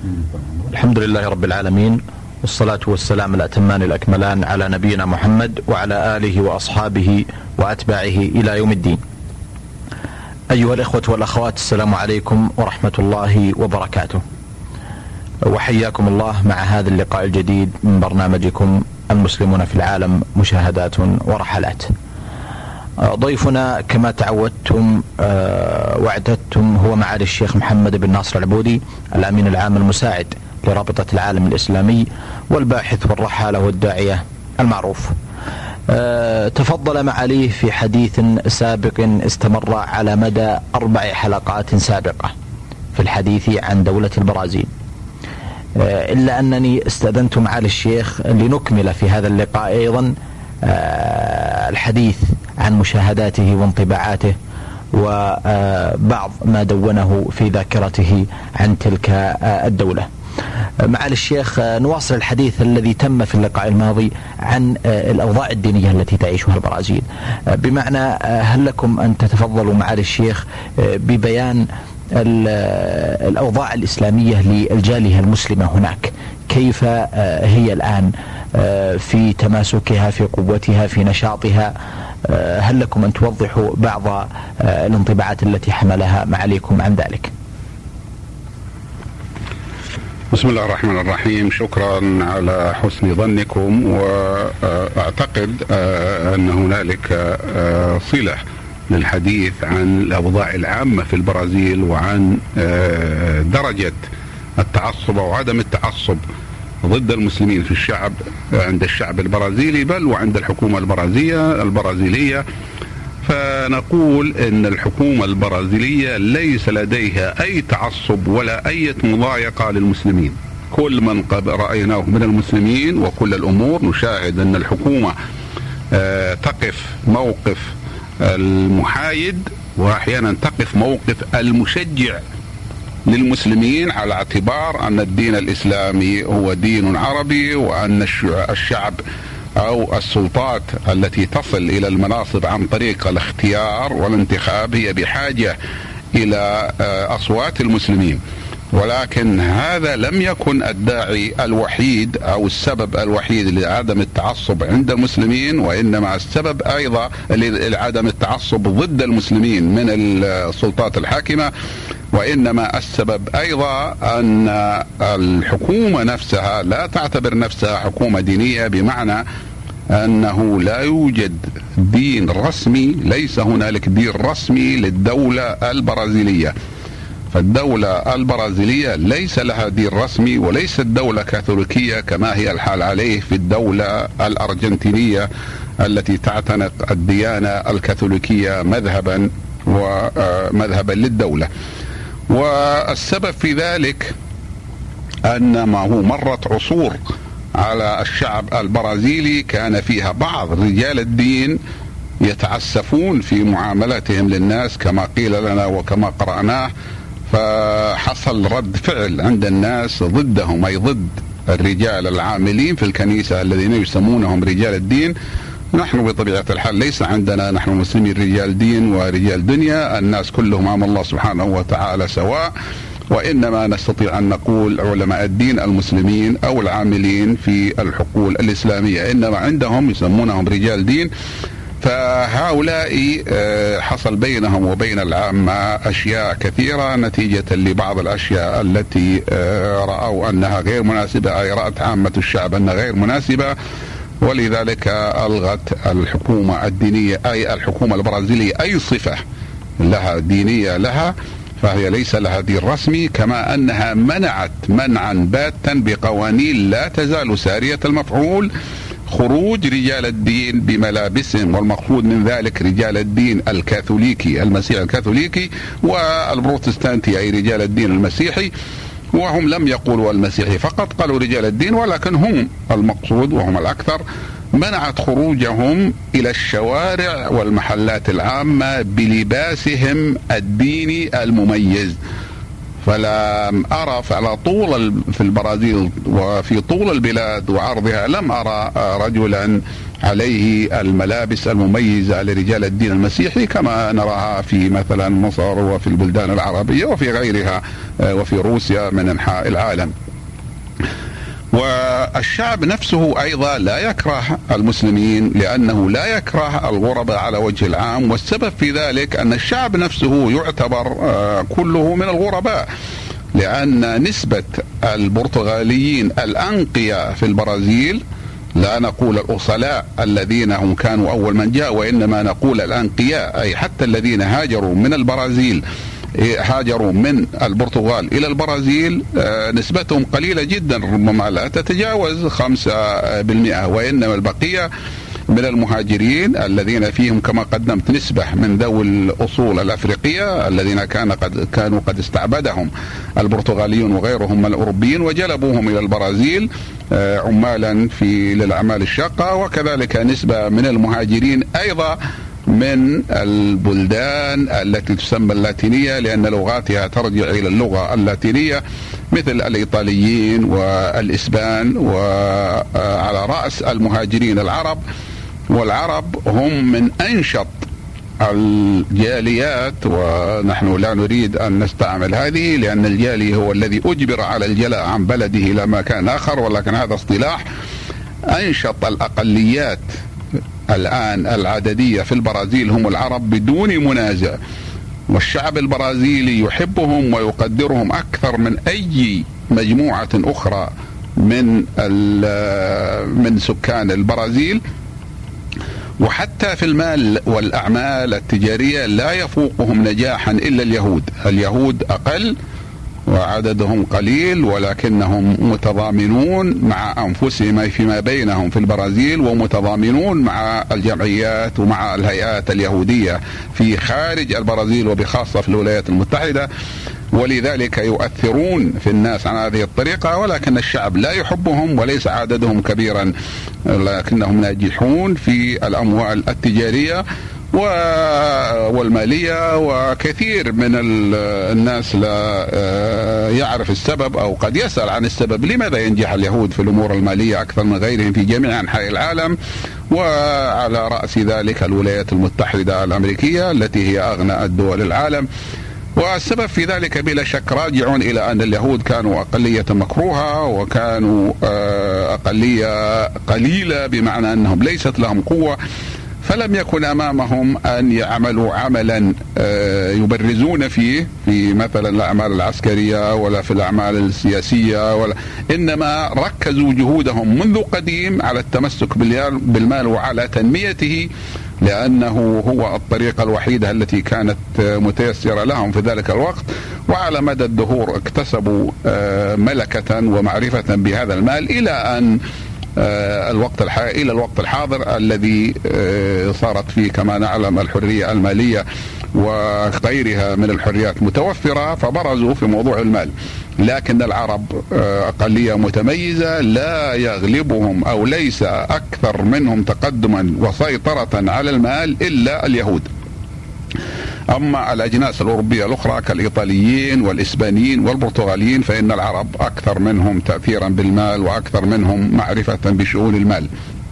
الحمد لله رب العالمين، والصلاة والسلام الأتمان الأكملان على نبينا محمد وعلى آله وأصحابه وأتباعه إلى يوم الدين. أيها الإخوة والأخوات، السلام عليكم ورحمة الله وبركاته، وحياكم الله مع هذا اللقاء الجديد من برنامجكم المسلمون في العالم، مشاهدات ورحلات. ضيفنا كما تعودتم واعتدتم هو معالي الشيخ محمد بن ناصر العبودي، الأمين العام المساعد لرابطة العالم الإسلامي والباحث والرحالة والداعية المعروف. تفضل معاليه في حديث سابق استمر على مدى 4 حلقات سابقة في الحديث عن دولة البرازيل، إلا أنني استأذنت معالي الشيخ لنكمل في هذا اللقاء أيضا الحديث عن مشاهداته وانطباعاته وبعض ما دونه في ذاكرته عن تلك الدولة. معالي الشيخ، نواصل الحديث الذي تم في اللقاء الماضي عن الأوضاع الدينية التي تعيشها البرازيل، بمعنى هل لكم أن تتفضلوا معالي الشيخ ببيان الأوضاع الإسلامية للجالية المسلمة هناك، كيف هي الآن في تماسكها، في قوتها، في نشاطها؟ هل لكم أن توضحوا بعض الانطباعات التي حملها معاليكم عن ذلك؟ بسم الله الرحمن الرحيم. شكرا على حسن ظنكم، وأعتقد أن هنالك صلة للحديث عن الأوضاع العامة في البرازيل وعن درجة التعصب وعدم التعصب ضد المسلمين في الشعب، عند الشعب البرازيلي بل وعند الحكومة البرازيلية. فنقول ان الحكومة البرازيلية ليس لديها اي تعصب ولا اي مضايقة للمسلمين. كل من رأيناه من المسلمين وكل الامور نشاهد ان الحكومة تقف موقف المحايد، واحيانا تقف موقف المشجع للمسلمين، على اعتبار ان الدين الاسلامي هو دين عربي، وان الشعب أو السلطات التي تصل إلى المناصب عن طريق الاختيار والانتخاب هي بحاجة إلى أصوات المسلمين. ولكن هذا لم يكن الداعي الوحيد أو السبب الوحيد لعدم التعصب عند المسلمين، وإنما السبب أيضا لعدم التعصب ضد المسلمين من السلطات الحاكمة، وإنما السبب أيضا أن الحكومة نفسها لا تعتبر نفسها حكومة دينية، بمعنى أنه لا يوجد دين رسمي، ليس هنالك دين رسمي للدولة البرازيلية. فالدولة البرازيلية ليس لها دين رسمي، وليست دولة كاثوليكية كما هي الحال عليه في الدولة الأرجنتينية التي تعتنق الديانة الكاثوليكية مذهبا ومذهبا للدولة. والسبب في ذلك أن ما هو مرت عصور على الشعب البرازيلي كان فيها بعض رجال الدين يتعسفون في معاملتهم للناس كما قيل لنا وكما قرأناه، فحصل رد فعل عند الناس ضدهم، أي ضد الرجال العاملين في الكنيسة الذين يسمونهم رجال الدين. نحن بطبيعة الحال ليس عندنا نحن المسلمين رجال دين ورجال دنيا، الناس كلهم أمام الله سبحانه وتعالى سواء، وإنما نستطيع أن نقول علماء الدين المسلمين أو العاملين في الحقول الإسلامية، إنما عندهم يسمونهم رجال دين. فهؤلاء حصل بينهم وبين العامة أشياء كثيرة نتيجة لبعض الأشياء التي رأوا أنها غير مناسبة، أي رأت عامة الشعب أنها غير مناسبة، ولذلك ألغت الحكومة الدينية أي الحكومة البرازيلية أي صفة لها دينية لها، فهي ليس لها دين رسمي، كما أنها منعت منعا باتا بقوانين لا تزال سارية المفعول خروج رجال الدين بملابسهم، والمقصود من ذلك رجال الدين الكاثوليكي المسيحي الكاثوليكي والبروتستانتي أي رجال الدين المسيحي، وهم لم يقولوا المسيحي فقط، قالوا رجال الدين، ولكن هم المقصود وهم الأكثر. منعت خروجهم إلى الشوارع والمحلات العامة بلباسهم الديني المميز. فلم أرى في البرازيل وفي طول البلاد وعرضها لم أرى رجلا عليه الملابس المميزة لرجال الدين المسيحي كما نراها في مثلا مصر وفي البلدان العربية وفي غيرها وفي روسيا من أنحاء العالم. والشعب نفسه أيضا لا يكره المسلمين لأنه لا يكره الغرباء على وجه العام، والسبب في ذلك أن الشعب نفسه يعتبر كله من الغرباء، لأن نسبة البرتغاليين الأنقياء في البرازيل، لا نقول الأصلاء الذين هم كانوا أول من جاء، وإنما نقول الأنقياء، أي حتى الذين هاجروا من البرازيل، هاجروا من البرتغال إلى البرازيل، نسبتهم قليلة جدا، ربما لا تتجاوز 5%، وإنما البقية من المهاجرين الذين فيهم كما قدمت نسبة من ذوي الأصول الأفريقية الذين كانوا قد استعبدهم البرتغاليون وغيرهم من الأوروبيين وجلبوهم إلى البرازيل عمالا للأعمال الشاقة، وكذلك نسبة من المهاجرين أيضا من البلدان التي تسمى اللاتينية لأن لغاتها ترجع إلى اللغة اللاتينية مثل الإيطاليين والإسبان، وعلى رأس المهاجرين العرب. والعرب هم من أنشط الجاليات، ونحن لا نريد أن نستعمل هذه لأن الجالي هو الذي أجبر على الجلاء عن بلده إلى مكان آخر، ولكن هذا اصطلاح. أنشط الأقليات الآن العددية في البرازيل هم العرب بدون منازع، والشعب البرازيلي يحبهم ويقدرهم أكثر من أي مجموعة أخرى من سكان البرازيل. وحتى في المال والأعمال التجارية لا يفوقهم نجاحا إلا اليهود أقل وعددهم قليل، ولكنهم متضامنون مع أنفسهم فيما بينهم في البرازيل، ومتضامنون مع الجمعيات ومع الهيئات اليهودية في خارج البرازيل وبخاصة في الولايات المتحدة، ولذلك يؤثرون في الناس عن هذه الطريقة. ولكن الشعب لا يحبهم وليس عددهم كبيرا، لكنهم ناجحون في الأموال التجارية والمالية. وكثير من الناس لا يعرف السبب أو قد يسأل عن السبب لماذا ينجح اليهود في الأمور المالية أكثر من غيرهم في جميع أنحاء العالم، وعلى رأس ذلك الولايات المتحدة الأمريكية التي هي أغنى الدول العالم. والسبب في ذلك بلا شك راجع إلى أن اليهود كانوا أقلية مكروهة، وكانوا أقلية قليلة بمعنى أنهم ليست لهم قوة، فلم يكن أمامهم أن يعملوا عملا يبرزون فيه في مثلا الأعمال العسكرية ولا في الأعمال السياسية، إنما ركزوا جهودهم منذ قديم على التمسك بالمال وعلى تنميته، لأنه هو الطريقة الوحيدة التي كانت متيسرة لهم في ذلك الوقت. وعلى مدى الدهور اكتسبوا ملكة ومعرفة بهذا المال إلى أن إلى الوقت الحاضر الذي صارت فيه كما نعلم الحرية المالية وغيرها من الحريات متوفرة، فبرزوا في موضوع المال. لكن العرب أقلية متميزة لا يغلبهم أو ليس أكثر منهم تقدما وسيطرة على المال إلا اليهود. أما الأجناس الأوروبية الأخرى كالإيطاليين والإسبانيين والبرتغاليين فإن العرب أكثر منهم تأثيرا بالمال وأكثر منهم معرفة بشؤون المال.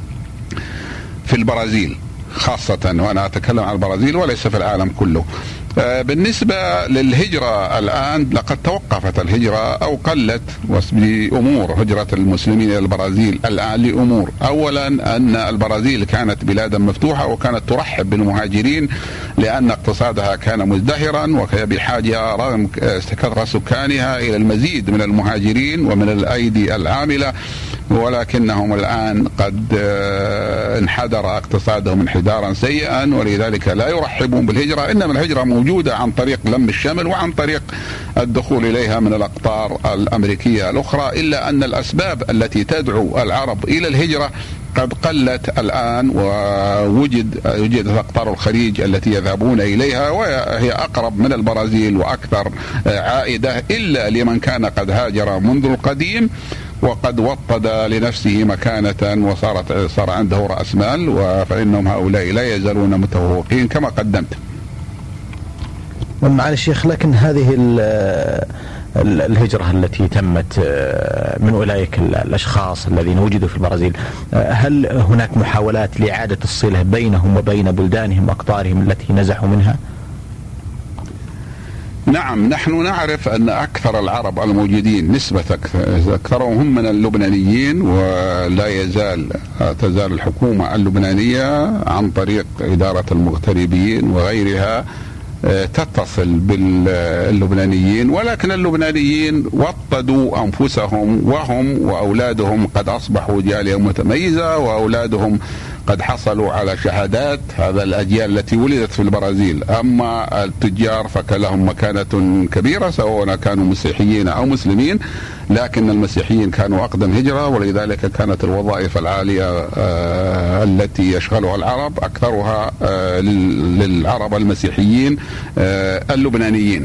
في البرازيل خاصة، وأنا أتكلم عن البرازيل وليس في العالم كله. بالنسبة للهجرة الآن لقد توقفت الهجرة أو قلت لأمور، هجرة المسلمين إلى البرازيل الآن لأمور. أولا أن البرازيل كانت بلادا مفتوحة وكانت ترحب بالمهاجرين لأن اقتصادها كان مزدهرا وكان بحاجة رغم كثرة سكانها إلى المزيد من المهاجرين ومن الأيدي العاملة، ولكنهم الآن قد انحدر اقتصادهم انحدارا سيئا، ولذلك لا يرحبون بالهجرة. إنما الهجرة موجودة عن طريق لم الشمل وعن طريق الدخول إليها من الأقطار الأمريكية الأخرى، إلا أن الأسباب التي تدعو العرب إلى الهجرة قد قلت الآن، ووجدت أقطار الخليج التي يذهبون إليها وهي أقرب من البرازيل وأكثر عائدة، إلا لمن كان قد هاجر منذ القديم وقد وطد لنفسه مكانة وصار عنده رأس مال، فإنهم هؤلاء لا يزالون متفوقين كما قدمت. معالي الشيخ، لكن هذه الهجرة التي تمت من أولئك الأشخاص الذين وجدوا في البرازيل، هل هناك محاولات لإعادة الصلة بينهم وبين بلدانهم وأقطارهم التي نزحوا منها؟ نعم، نحن نعرف أن أكثر العرب الموجودين نسبة أكثرهم من اللبنانيين، ولا تزال الحكومة اللبنانية عن طريق إدارة المغتربين وغيرها تتصل باللبنانيين، ولكن اللبنانيين وطدوا أنفسهم وهم وأولادهم قد أصبحوا جالية متميزة، وأولادهم قد حصلوا على شهادات، هذا الأجيال التي ولدت في البرازيل. أما التجار فكان لهم مكانة كبيرة سواء كانوا مسيحيين أو مسلمين، لكن المسيحيين كانوا أقدم هجرة، ولذلك كانت الوظائف العالية التي يشغلها العرب أكثرها للعرب المسيحيين اللبنانيين.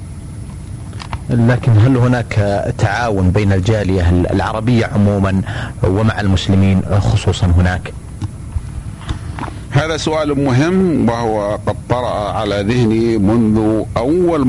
لكن هل هناك تعاون بين الجالية العربية عموما ومع المسلمين خصوصا هناك؟ هذا سؤال مهم، وهو قد طرأ على ذهني منذ أول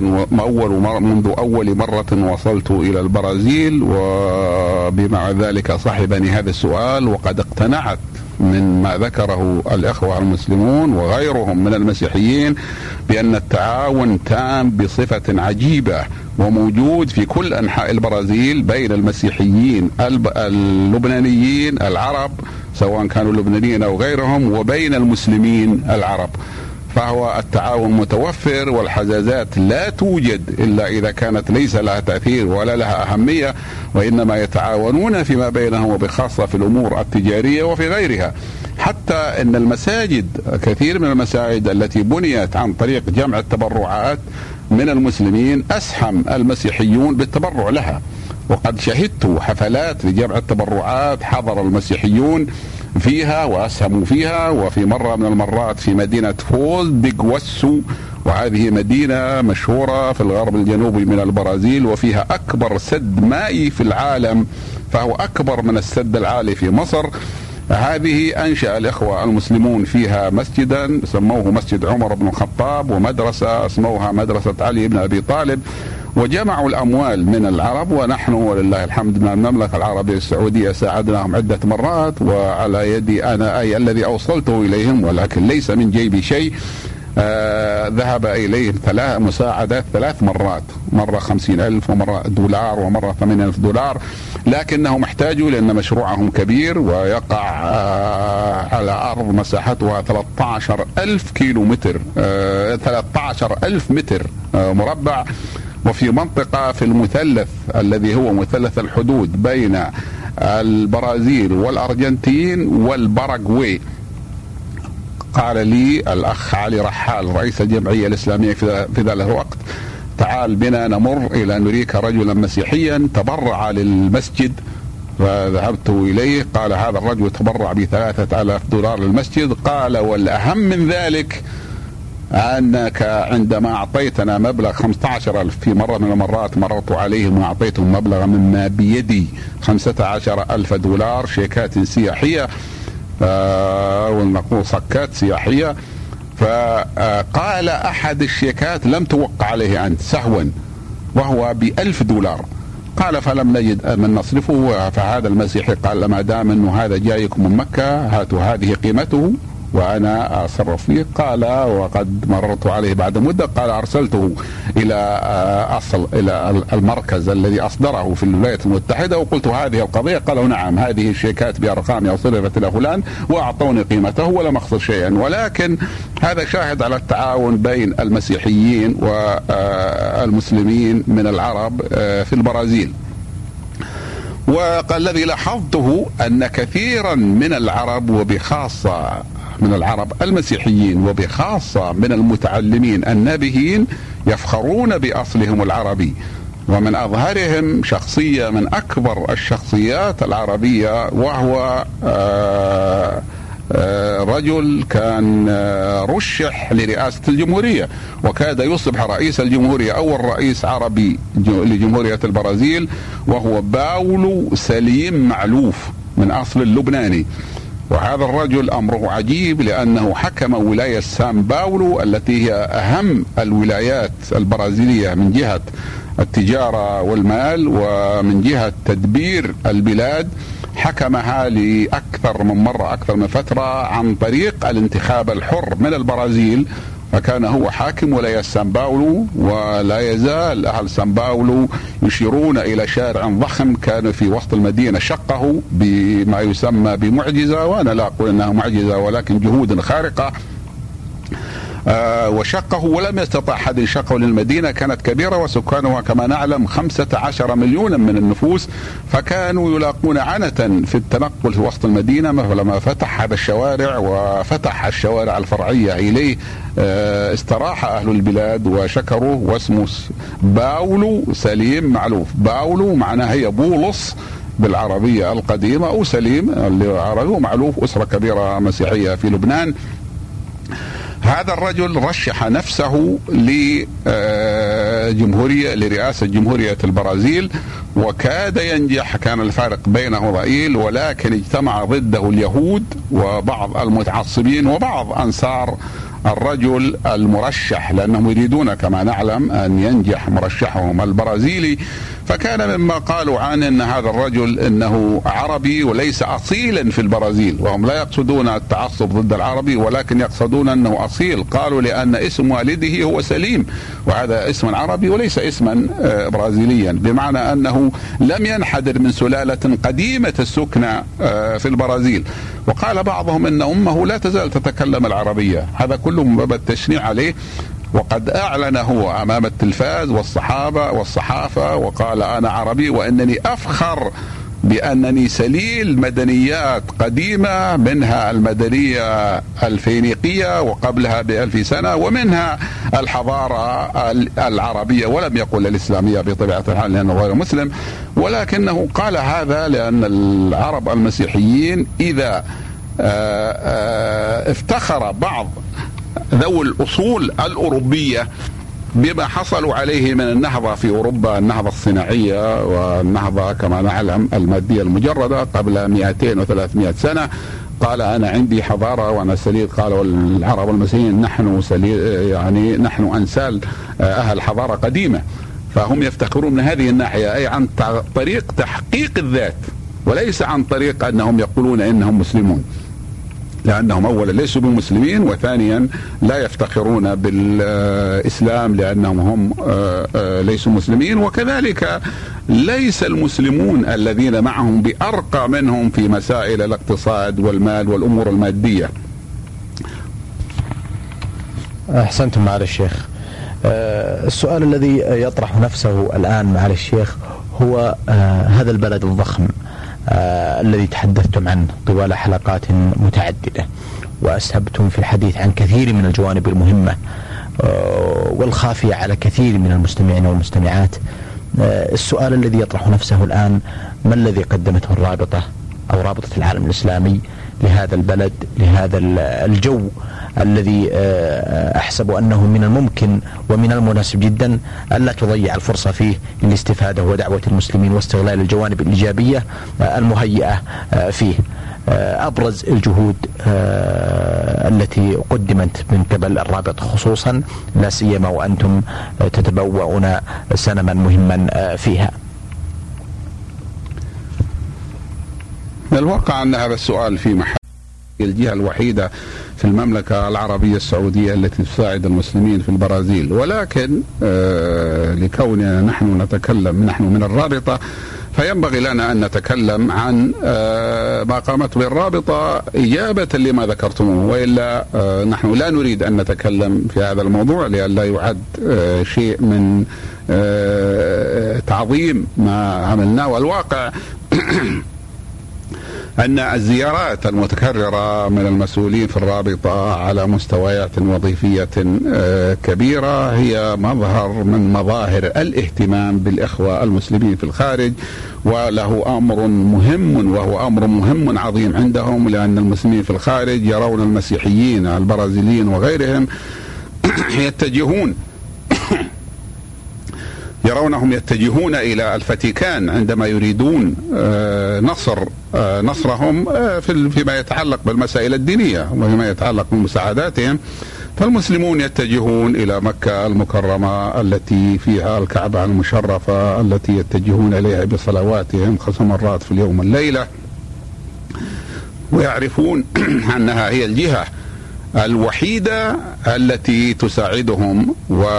مرة وصلت إلى البرازيل، وبمع ذلك صاحبني هذا السؤال، وقد اقتنعت من ما ذكره الإخوة المسلمون وغيرهم من المسيحيين بأن التعاون تام بصفة عجيبة وموجود في كل أنحاء البرازيل بين المسيحيين اللبنانيين العرب سواء كانوا لبنانيين أو غيرهم، وبين المسلمين العرب. فهو التعاون متوفر، والحزازات لا توجد إلا إذا كانت ليس لها تأثير ولا لها أهمية، وإنما يتعاونون فيما بينهم، وبخاصة في الأمور التجارية وفي غيرها. حتى أن المساجد، كثير من المساجد التي بنيت عن طريق جمع التبرعات من المسلمين أسهم المسيحيون بالتبرع لها، وقد شهدت حفلات لجمع التبرعات حضر المسيحيون فيها وأسهموا فيها. وفي مرة من المرات في مدينة فوز دي جواسو، وهذه مدينة مشهورة في الغرب الجنوبي من البرازيل، وفيها أكبر سد مائي في العالم، فهو أكبر من السد العالي في مصر. هذه أنشأ الإخوة المسلمون فيها مسجدا سموه مسجد عمر بن الخطاب، ومدرسة اسموها مدرسة علي بن أبي طالب، وجمعوا الأموال من العرب، ونحن ولله الحمد من المملكة العربية السعودية ساعدناهم عدة مرات، وعلى يدي أنا أي الذي أوصلته إليهم، ولكن ليس من جيبي شيء. ذهب إليهم مساعدات 3 مرات، مرة 50,000 ومرة $، ومرة 8,000 $، لكنهم احتاجوا لأن مشروعهم كبير ويقع على أرض مساحتها 13,000 كيلومتر، 13,000 متر مربع، وفي منطقة في المثلث الذي هو مثلث الحدود بين البرازيل والأرجنتين والباراغواي. قال لي الأخ علي رحال رئيس الجمعية الإسلامية في ذلك الوقت: تعال بنا نمر إلى نريك رجلا مسيحيا تبرع للمسجد. فذهبت إليه، قال هذا الرجل تبرع $3,000 للمسجد. قال والأهم من ذلك أنك عندما أعطيتنا مبلغ 15,000 في مرة من المرات مررت عليهم وأعطيتهم مبلغا مما بيدي $15,000 شيكات سياحية ونقول صكات سياحية. فقال أحد الشيكات لم توقع عليه أنت سهوا وهو $1,000. قال فلم نجد من نصرفه. فهذا المسيحي قال ما دام أنه هذا جايكم من مكة هاتوا هذه قيمته وأنا أصرف فيه. قال وقد مررت عليه بعد مدة، قال أرسلته إلى المركز الذي أصدره في الولايات المتحدة وقلت هذه القضية. قالوا نعم هذه الشيكات بأرقام صرفت إلى فلان وأعطوني قيمته ولم أخسر شيئا. ولكن هذا شاهد على التعاون بين المسيحيين والمسلمين من العرب في البرازيل. والذي لاحظته أن كثيرا من العرب وبخاصة من العرب المسيحيين وبخاصة من المتعلمين النابهين يفخرون بأصلهم العربي، ومن أظهرهم شخصية من أكبر الشخصيات العربية، وهو رجل كان رشح لرئاسة الجمهورية وكاد يصبح رئيس الجمهورية، أول رئيس عربي لجمهورية البرازيل، وهو باولو سليم معلوف من أصل اللبناني. وهذا الرجل أمره عجيب لأنه حكم ولاية سان باولو التي هي أهم الولايات البرازيلية من جهة التجارة والمال، ومن جهة تدبير البلاد حكمها لأكثر من مرة، أكثر من فترة، عن طريق الانتخاب الحر من البرازيل. فكان هو حاكم ولاية سان باولو، ولا يزال أهل سان باولو يشيرون إلى شارع ضخم كان في وسط المدينة شقه بما يسمى بمعجزة، وأنا لا أقول أنها معجزة ولكن جهود خارقة، وشقه ولم يستطع أحد يشقه، للمدينة كانت كبيرة وسكانها كما نعلم 15 مليونا من النفوس، فكانوا يلاقون عنة في التنقل في وسط المدينة. فلما فتح هذا الشوارع وفتح الشوارع الفرعية إليه استراح أهل البلاد وشكروه. واسمه باولو سليم معلوف. باولو معناها هي بولس بالعربية القديمة، أو سليم العربي، ومعلوف أسرة كبيرة مسيحية في لبنان. هذا الرجل رشح نفسه لرئاسة جمهورية البرازيل وكاد ينجح، كان الفارق بينه ضئيل، ولكن اجتمع ضده اليهود وبعض المتعصبين وبعض أنصار الرجل المرشح، لأنهم يريدون كما نعلم أن ينجح مرشحهم البرازيلي. فكان مما قالوا عنه أن هذا الرجل أنه عربي وليس أصيلا في البرازيل، وهم لا يقصدون التعصب ضد العربي ولكن يقصدون أنه أصيل. قالوا لأن اسم والده هو سليم، وهذا اسم عربي وليس اسما برازيليا، بمعنى أنه لم ينحدر من سلالة قديمة السكنة في البرازيل. وقال بعضهم أن أمه لا تزال تتكلم العربية. هذا كله من باب التشنيع عليه، وقد أعلن هو أمام التلفاز والصحافة وقال أنا عربي، وأنني أفخر بأنني سليل مدنيات قديمة، منها المدنية الفينيقية وقبلها ب1000 سنة، ومنها الحضارة العربية، ولم يقل الإسلامية بطبيعة الحال لأنه غير مسلم، ولكنه قال هذا لأن العرب المسيحيين إذا افتخر بعض ذوي الأصول الأوروبية بما حصلوا عليه من النهضة في أوروبا، النهضة الصناعية والنهضة كما نعلم المادية المجردة قبل 200 و300 سنة، قال أنا عندي حضارة وأنا سليل. قالوا العرب المسيحيين نحن سليل، يعني نحن أنسال أهل حضارة قديمة. فهم يفتخرون من هذه الناحية، أي عن طريق تحقيق الذات، وليس عن طريق أنهم يقولون إنهم مسلمون، لأنهم أولا ليسوا بمسلمين، وثانيا لا يفتخرون بالإسلام لأنهم هم ليسوا مسلمين. وكذلك ليس المسلمون الذين معهم بأرقى منهم في مسائل الاقتصاد والمال والأمور المادية. أحسنتم معالي الشيخ. السؤال الذي يطرح نفسه الآن معالي الشيخ هو هذا البلد الضخم الذي تحدثتم عنه طوال حلقات متعددة، وأسهبتم في الحديث عن كثير من الجوانب المهمة والخافية على كثير من المستمعين والمستمعات. السؤال الذي يطرح نفسه الآن: ما الذي قدمته الرابطة أو رابطة العالم الإسلامي لهذا البلد، لهذا الجو الذي أحسب أنه من الممكن ومن المناسب جدا ألا تضيع الفرصة فيه للاستفادة ودعوة المسلمين واستغلال الجوانب الإيجابية المهيئة فيه؟ أبرز الجهود التي قدمت من قبل الرابطة خصوصا، لا سيما وأنتم تتبوؤون سنما مهما فيها. الواقع أن هذا السؤال في محل. الجهة الوحيدة في المملكة العربية السعودية التي تساعد المسلمين في البرازيل، ولكن لكوننا نحن من الرابطة، فينبغي لنا أن نتكلم عن ما قامت به الرابطة إجابة لما ذكرتموه، وإلا نحن لا نريد أن نتكلم في هذا الموضوع لئلا يعد شيء من تعظيم ما عملناه. والواقع أن الزيارات المتكررة من المسؤولين في الرابطة على مستويات وظيفية كبيرة هي مظهر من مظاهر الاهتمام بالإخوة المسلمين في الخارج، وله أمر مهم، وهو أمر مهم عظيم عندهم، لأن المسلمين في الخارج يرون المسيحيين البرازيليين وغيرهم يرونهم يتجهون إلى الفاتيكان عندما يريدون نصرهم فيما يتعلق بالمسائل الدينية وفيما يتعلق بمساعداتهم. فالمسلمون يتجهون إلى مكة المكرمة التي فيها الكعبة المشرفة التي يتجهون إليها بصلواتهم 5 مرات في اليوم والليلة، ويعرفون أنها هي الجهة الوحيدة التي تساعدهم.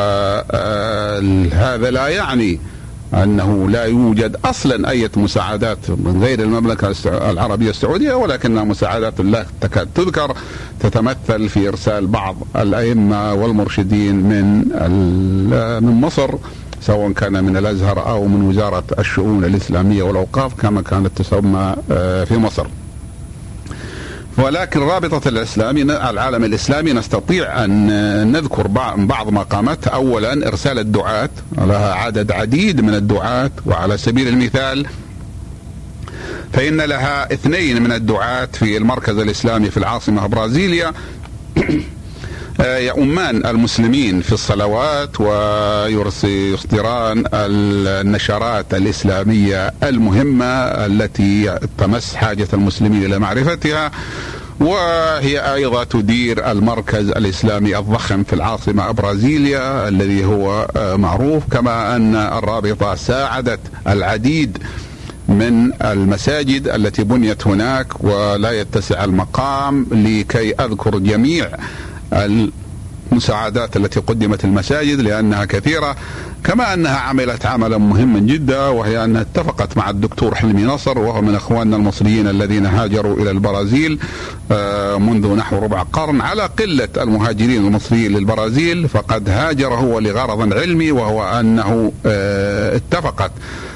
وهذا لا يعني أنه لا يوجد أصلا أي مساعدات من غير المملكة العربية السعودية، ولكنها مساعدات لا تكاد تذكر، تتمثل في إرسال بعض الأئمة والمرشدين من مصر، سواء كان من الأزهر أو من وزارة الشؤون الإسلامية والأوقاف كما كانت تسمى في مصر. ولكن رابطة العالم الإسلامي نستطيع أن نذكر بعض مقامات. أولا إرسال الدعاة، لها عدد عديد من الدعاة، وعلى سبيل المثال فإن لها 2 من الدعاة في المركز الإسلامي في العاصمة برازيليا يؤمان المسلمين في الصلوات ويصدران النشرات الإسلامية المهمة التي تمس حاجة المسلمين إلى معرفتها. وهي أيضا تدير المركز الإسلامي الضخم في العاصمة برازيليا الذي هو معروف. كما أن الرابطة ساعدت العديد من المساجد التي بنيت هناك، ولا يتسع المقام لكي أذكر جميع المساعدات التي قدمت المساجد لأنها كثيرة. كما أنها عملت عملا مهما جدا، وهي أنها اتفقت مع الدكتور حلمي نصر، وهو من أخواننا المصريين الذين هاجروا إلى البرازيل منذ نحو ربع قرن. على قلة المهاجرين المصريين للبرازيل، فقد هاجر هو لغرض علمي، وهو أنه اتفقت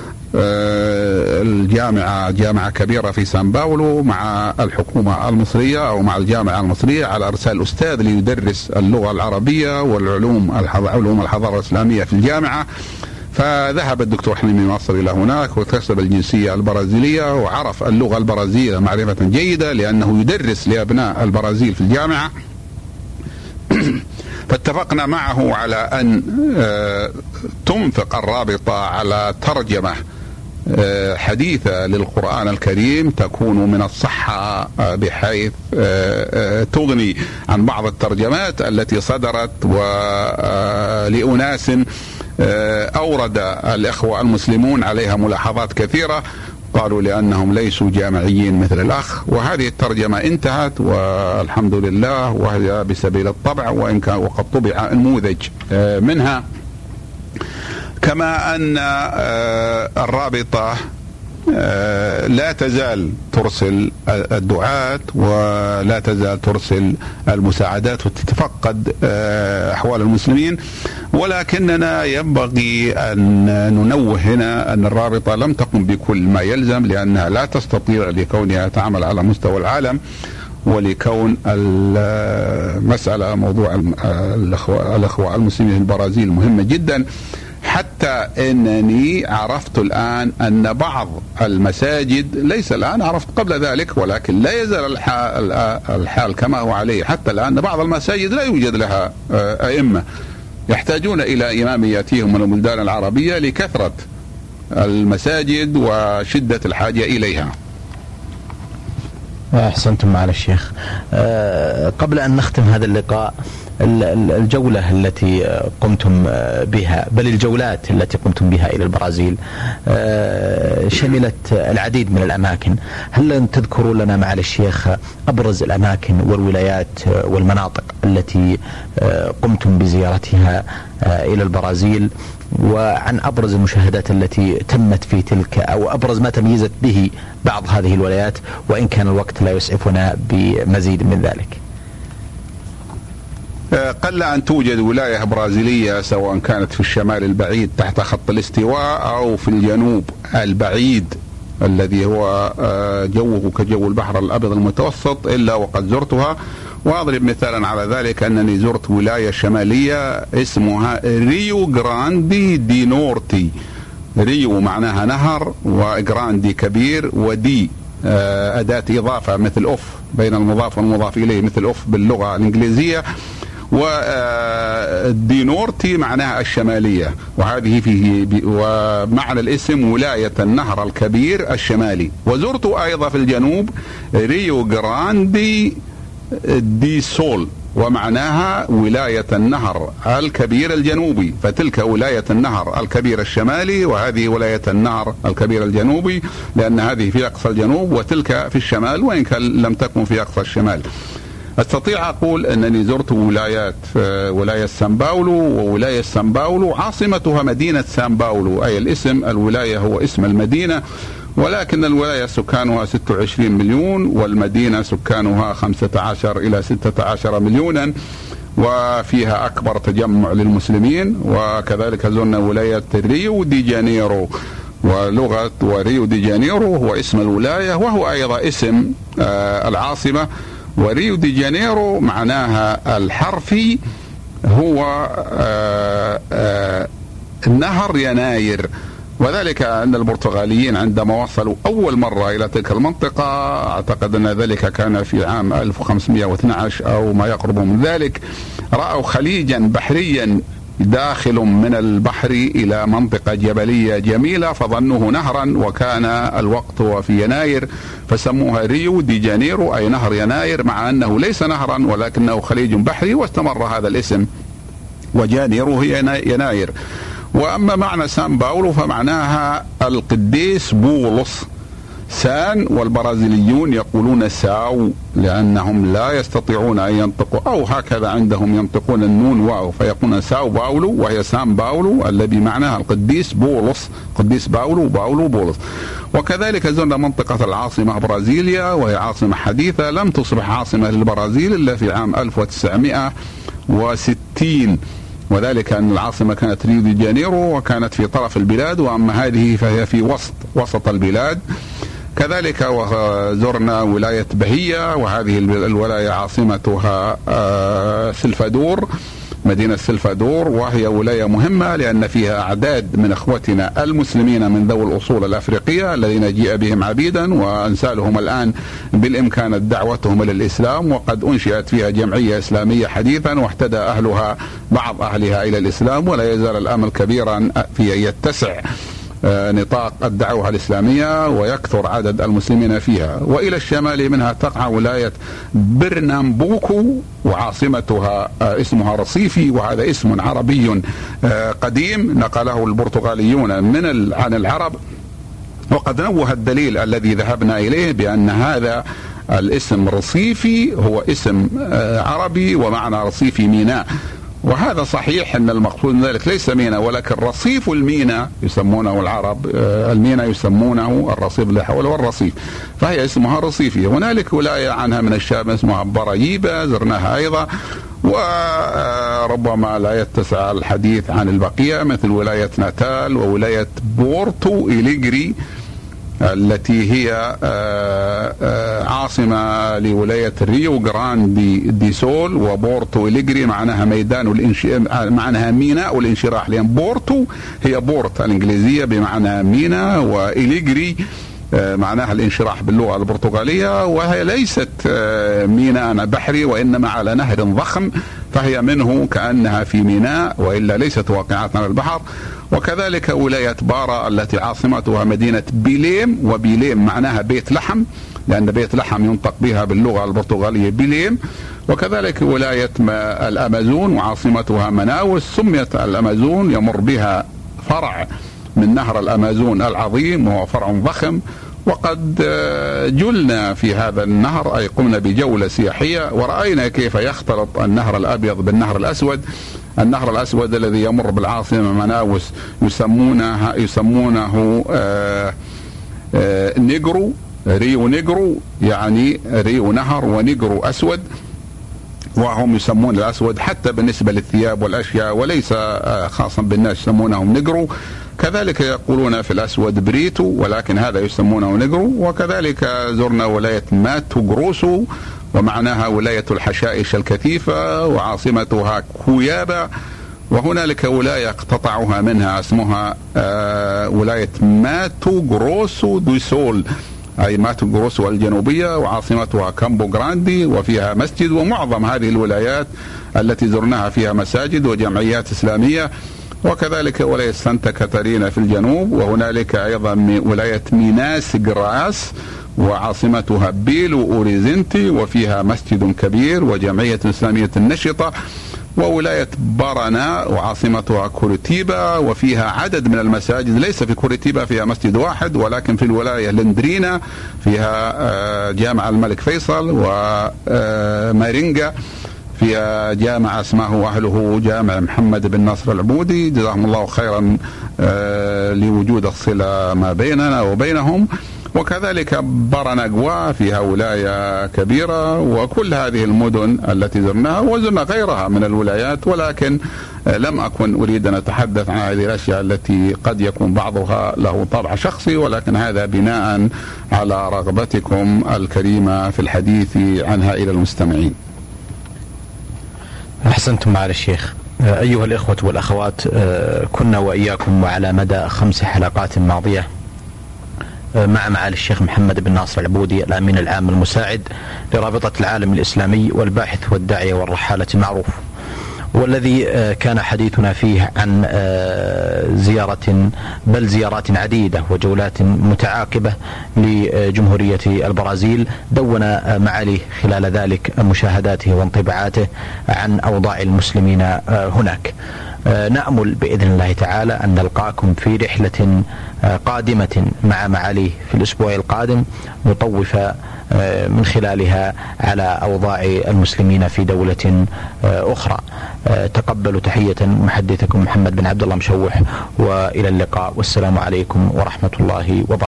جامعة كبيرة في سان باولو مع الحكومة المصرية أو مع الجامعة المصرية على إرسال أستاذ ليدرس اللغة العربية والعلوم الحضارة الإسلامية في الجامعة. فذهب الدكتور حلمي نصر إلى هناك واكتسب الجنسية البرازيلية، وعرف اللغة البرازيلية معرفة جيدة لأنه يدرس لأبناء البرازيل في الجامعة. فاتفقنا معه على أن تنفق الرابطة على ترجمة حديثة للقرآن الكريم تكون من الصحة، بحيث تغني عن بعض الترجمات التي صدرت ولأناس أورد الإخوة المسلمون عليها ملاحظات كثيرة، قالوا لأنهم ليسوا جامعيين مثل الأخ. وهذه الترجمة انتهت والحمد لله، وهي بسبيل الطبع، وإن كان وقد طبع نموذج منها. كما أن الرابطة لا تزال ترسل الدعاة ولا تزال ترسل المساعدات وتتفقد أحوال المسلمين، ولكننا ينبغي أن ننوه هنا أن الرابطة لم تقم بكل ما يلزم، لأنها لا تستطيع لكونها تعمل على مستوى العالم، ولكون المسألة موضوع الأخوة المسلمين في البرازيل مهمة جدا. حتى أنني عرفت الآن أن بعض المساجد، ليس الآن، عرفت قبل ذلك، ولكن لا يزال الحال كما هو عليه حتى الآن، بعض المساجد لا يوجد لها أئمة، يحتاجون إلى إمام يأتيهم من البلدان العربية لكثرة المساجد وشدة الحاجة إليها. أحسنتم معالي الشيخ. قبل أن نختم هذا اللقاء، الجولة التي قمتم بها، بل الجولات التي قمتم بها إلى البرازيل شملت العديد من الأماكن. هل تذكروا لنا معالي الشيخ أبرز الأماكن والولايات والمناطق التي قمتم بزيارتها إلى البرازيل، وعن أبرز المشاهدات التي تمت في تلك، أو أبرز ما تميزت به بعض هذه الولايات، وإن كان الوقت لا يسعفنا بمزيد من ذلك؟ قل أن توجد ولاية برازيلية سواء كانت في الشمال البعيد تحت خط الاستواء أو في الجنوب البعيد الذي هو جوه كجو البحر الأبيض المتوسط إلا وقد زرتها. وأضرب مثالا على ذلك أنني زرت ولاية شمالية اسمها ريو جراندي دي نورتي. ريو معناها نهر، وجراندي كبير، ودي أداة إضافة مثل أوف بين المضاف والمضاف إليه مثل أوف باللغة الإنجليزية، ودي نورتي معناها الشمالية، وهذه فيه ومعنى الاسم ولاية النهر الكبير الشمالي. وزرت أيضا في الجنوب ريو جراندي دي سول، ومعناها ولاية النهر الكبير الجنوبي، فتلك ولاية النهر الكبير الشمالي وهذه ولاية النهر الكبير الجنوبي، لأن هذه في أقصى الجنوب وتلك في الشمال، وإن كان لم تكن في أقصى الشمال. أستطيع أقول أنني زرت ولاية سان باولو، وولاية سان باولو عاصمتها مدينة سان باولو، أي الاسم الولاية هو اسم المدينة، ولكن الولاية سكانها 26 مليون والمدينة سكانها 15 إلى 16 مليونا، وفيها أكبر تجمع للمسلمين. وكذلك زرنا ولاية ريو دي جانيرو، ولغة وريو دي جانيرو هو اسم الولاية وهو أيضا اسم العاصمة. وريو دي جانيرو معناها الحرفي هو نهر يناير، وذلك أن البرتغاليين عندما وصلوا أول مرة إلى تلك المنطقة، أعتقد أن ذلك كان في عام 1512 أو ما يقرب من ذلك، رأوا خليجا بحريا داخل من البحر إلى منطقة جبلية جميلة فظنوه نهرا، وكان الوقت هو في يناير فسموها ريو دي جانيرو أي نهر يناير، مع أنه ليس نهرا ولكنه خليج بحري، واستمر هذا الاسم وجانيرو هي يناير. وأما معنى سان باولو فمعناها القديس بولس. سان والبرازيليون يقولون ساو لأنهم لا يستطيعون أن ينطقوا، أو هكذا عندهم ينطقون النون واو فيقولون ساو باولو، وهي سان باولو الذي معناها القديس بولس، قديس باولو بولس. وكذلك زرنا منطقة العاصمة برازيليا، وهي عاصمة حديثة لم تصبح عاصمة للبرازيل إلا في عام 1960، وذلك أن العاصمة كانت ريو دي جانيرو وكانت في طرف البلاد، وأما هذه فهي في وسط البلاد. كذلك وزرنا ولاية بهية، وهذه الولاية عاصمتها سلفادور، مدينة سلفادور، وهي ولاية مهمة لأن فيها أعداد من أخوتنا المسلمين من ذوي الأصول الأفريقية الذين جيء بهم عبيدا، وأنسالهم الآن بالإمكان دعوتهم إلى الإسلام، وقد أنشئت فيها جمعية إسلامية حديثا واهتدى بعض أهلها إلى الإسلام، ولا يزال الأمل كبيرا في أن يتسع نطاق الدعوة الإسلامية ويكثر عدد المسلمين فيها. وإلى الشمال منها تقع ولاية برنامبوكو، وعاصمتها اسمها رصيفي، وهذا اسم عربي قديم نقله البرتغاليون عن العرب، وقد نوه الدليل الذي ذهبنا إليه بأن هذا الاسم رصيفي هو اسم عربي ومعنى رصيفي ميناء، وهذا صحيح أن المقصود من ذلك ليس ميناء ولكن رصيف الميناء يسمونه العرب، الميناء يسمونه الرصيف اللي حوله والرصيف، فهي اسمها رصيفي. هنالك ولاية عنها من الشام اسمها برايبة زرناها أيضا، وربما لا يتسع الحديث عن البقية مثل ولاية ناتال وولاية بورتو إليغري التي هي عاصمة لولاية ريو جراندي دي سول، وبورتو إليغري معناها معناها ميناء والانشراح، لأن بورتو هي بورت الإنجليزية بمعنى ميناء، وإليغري معناها الانشراح باللغة البرتغالية، وهي ليست ميناء بحري وإنما على نهر ضخم، فهي منه كأنها في ميناء وإلا ليست واقعة على البحر. وكذلك ولاية بارا التي عاصمتها مدينة بيليم، وبيليم معناها بيت لحم لأن بيت لحم ينطق بها باللغة البرتغالية بيليم. وكذلك ولاية الأمازون وعاصمتها مناوس، سميت الأمازون يمر بها فرع من نهر الأمازون العظيم وهو فرع ضخم، وقد جلنا في هذا النهر أي قمنا بجولة سياحية ورأينا كيف يختلط النهر الأبيض بالنهر الأسود. النهر الأسود الذي يمر بالعاصمة مناوس يسمونه نيجرو، ريو نيجرو، يعني ريو نهر ونيجرو أسود، وهم يسمون الأسود حتى بالنسبة للثياب والأشياء وليس خاصا بالناس يسمونهم نيجرو. كذلك يقولون في الأسود بريتو ولكن هذا يسمونه نيجرو. وكذلك زرنا ولاية ماتو جروسو ومعناها ولاية الحشائش الكثيفة وعاصمتها كويابا. وهنالك ولاية اقتطعها منها اسمها ولاية ماتو جروسو دو سول أي ماتو جروسو الجنوبية وعاصمتها كامبو جراندي وفيها مسجد. ومعظم هذه الولايات التي زرناها فيها مساجد وجمعيات إسلامية. وكذلك ولاية سانتا كاتارينا في الجنوب. وهنالك أيضا ولاية ميناس جراس وعاصمتها بيلو أوريزنتي، وفيها مسجد كبير وجمعية إسلامية نشطة، وولاية بارانا وعاصمتها كوريتيبا، وفيها عدد من المساجد. ليس في كوريتيبا فيها مسجد واحد، ولكن في الولاية لندرينا فيها جامع الملك فيصل، ومارينجا فيها جامع اسمه أهله جامع محمد بن ناصر العبودي، جزاهم الله خيرا لوجود الصلة ما بيننا وبينهم. وكذلك برناغوا فيها ولاية كبيرة. وكل هذه المدن التي زرناها وزرنا غيرها من الولايات، ولكن لم أكن أريد أن أتحدث عن هذه الأشياء التي قد يكون بعضها له طابع شخصي، ولكن هذا بناء على رغبتكم الكريمة في الحديث عنها إلى المستمعين. أحسنتم معالي الشيخ. أيها الإخوة والأخوات، كنا وإياكم وعلى مدى 5 حلقات ماضية مع معالي الشيخ محمد بن ناصر العبودي الأمين العام المساعد لرابطة العالم الإسلامي والباحث والداعية والرحالة معروف، والذي كان حديثنا فيه عن زيارات عديدة وجولات متعاقبة لجمهورية البرازيل. دون معالي خلال ذلك مشاهداته وانطباعاته عن أوضاع المسلمين هناك. نأمل بإذن الله تعالى أن نلقاكم في رحلة قادمة مع معالي في الأسبوع القادم، نطوف من خلالها على أوضاع المسلمين في دولة أخرى. تقبلوا تحية محدثكم محمد بن عبد الله مشوح، وإلى اللقاء، والسلام عليكم ورحمة الله وبركاته.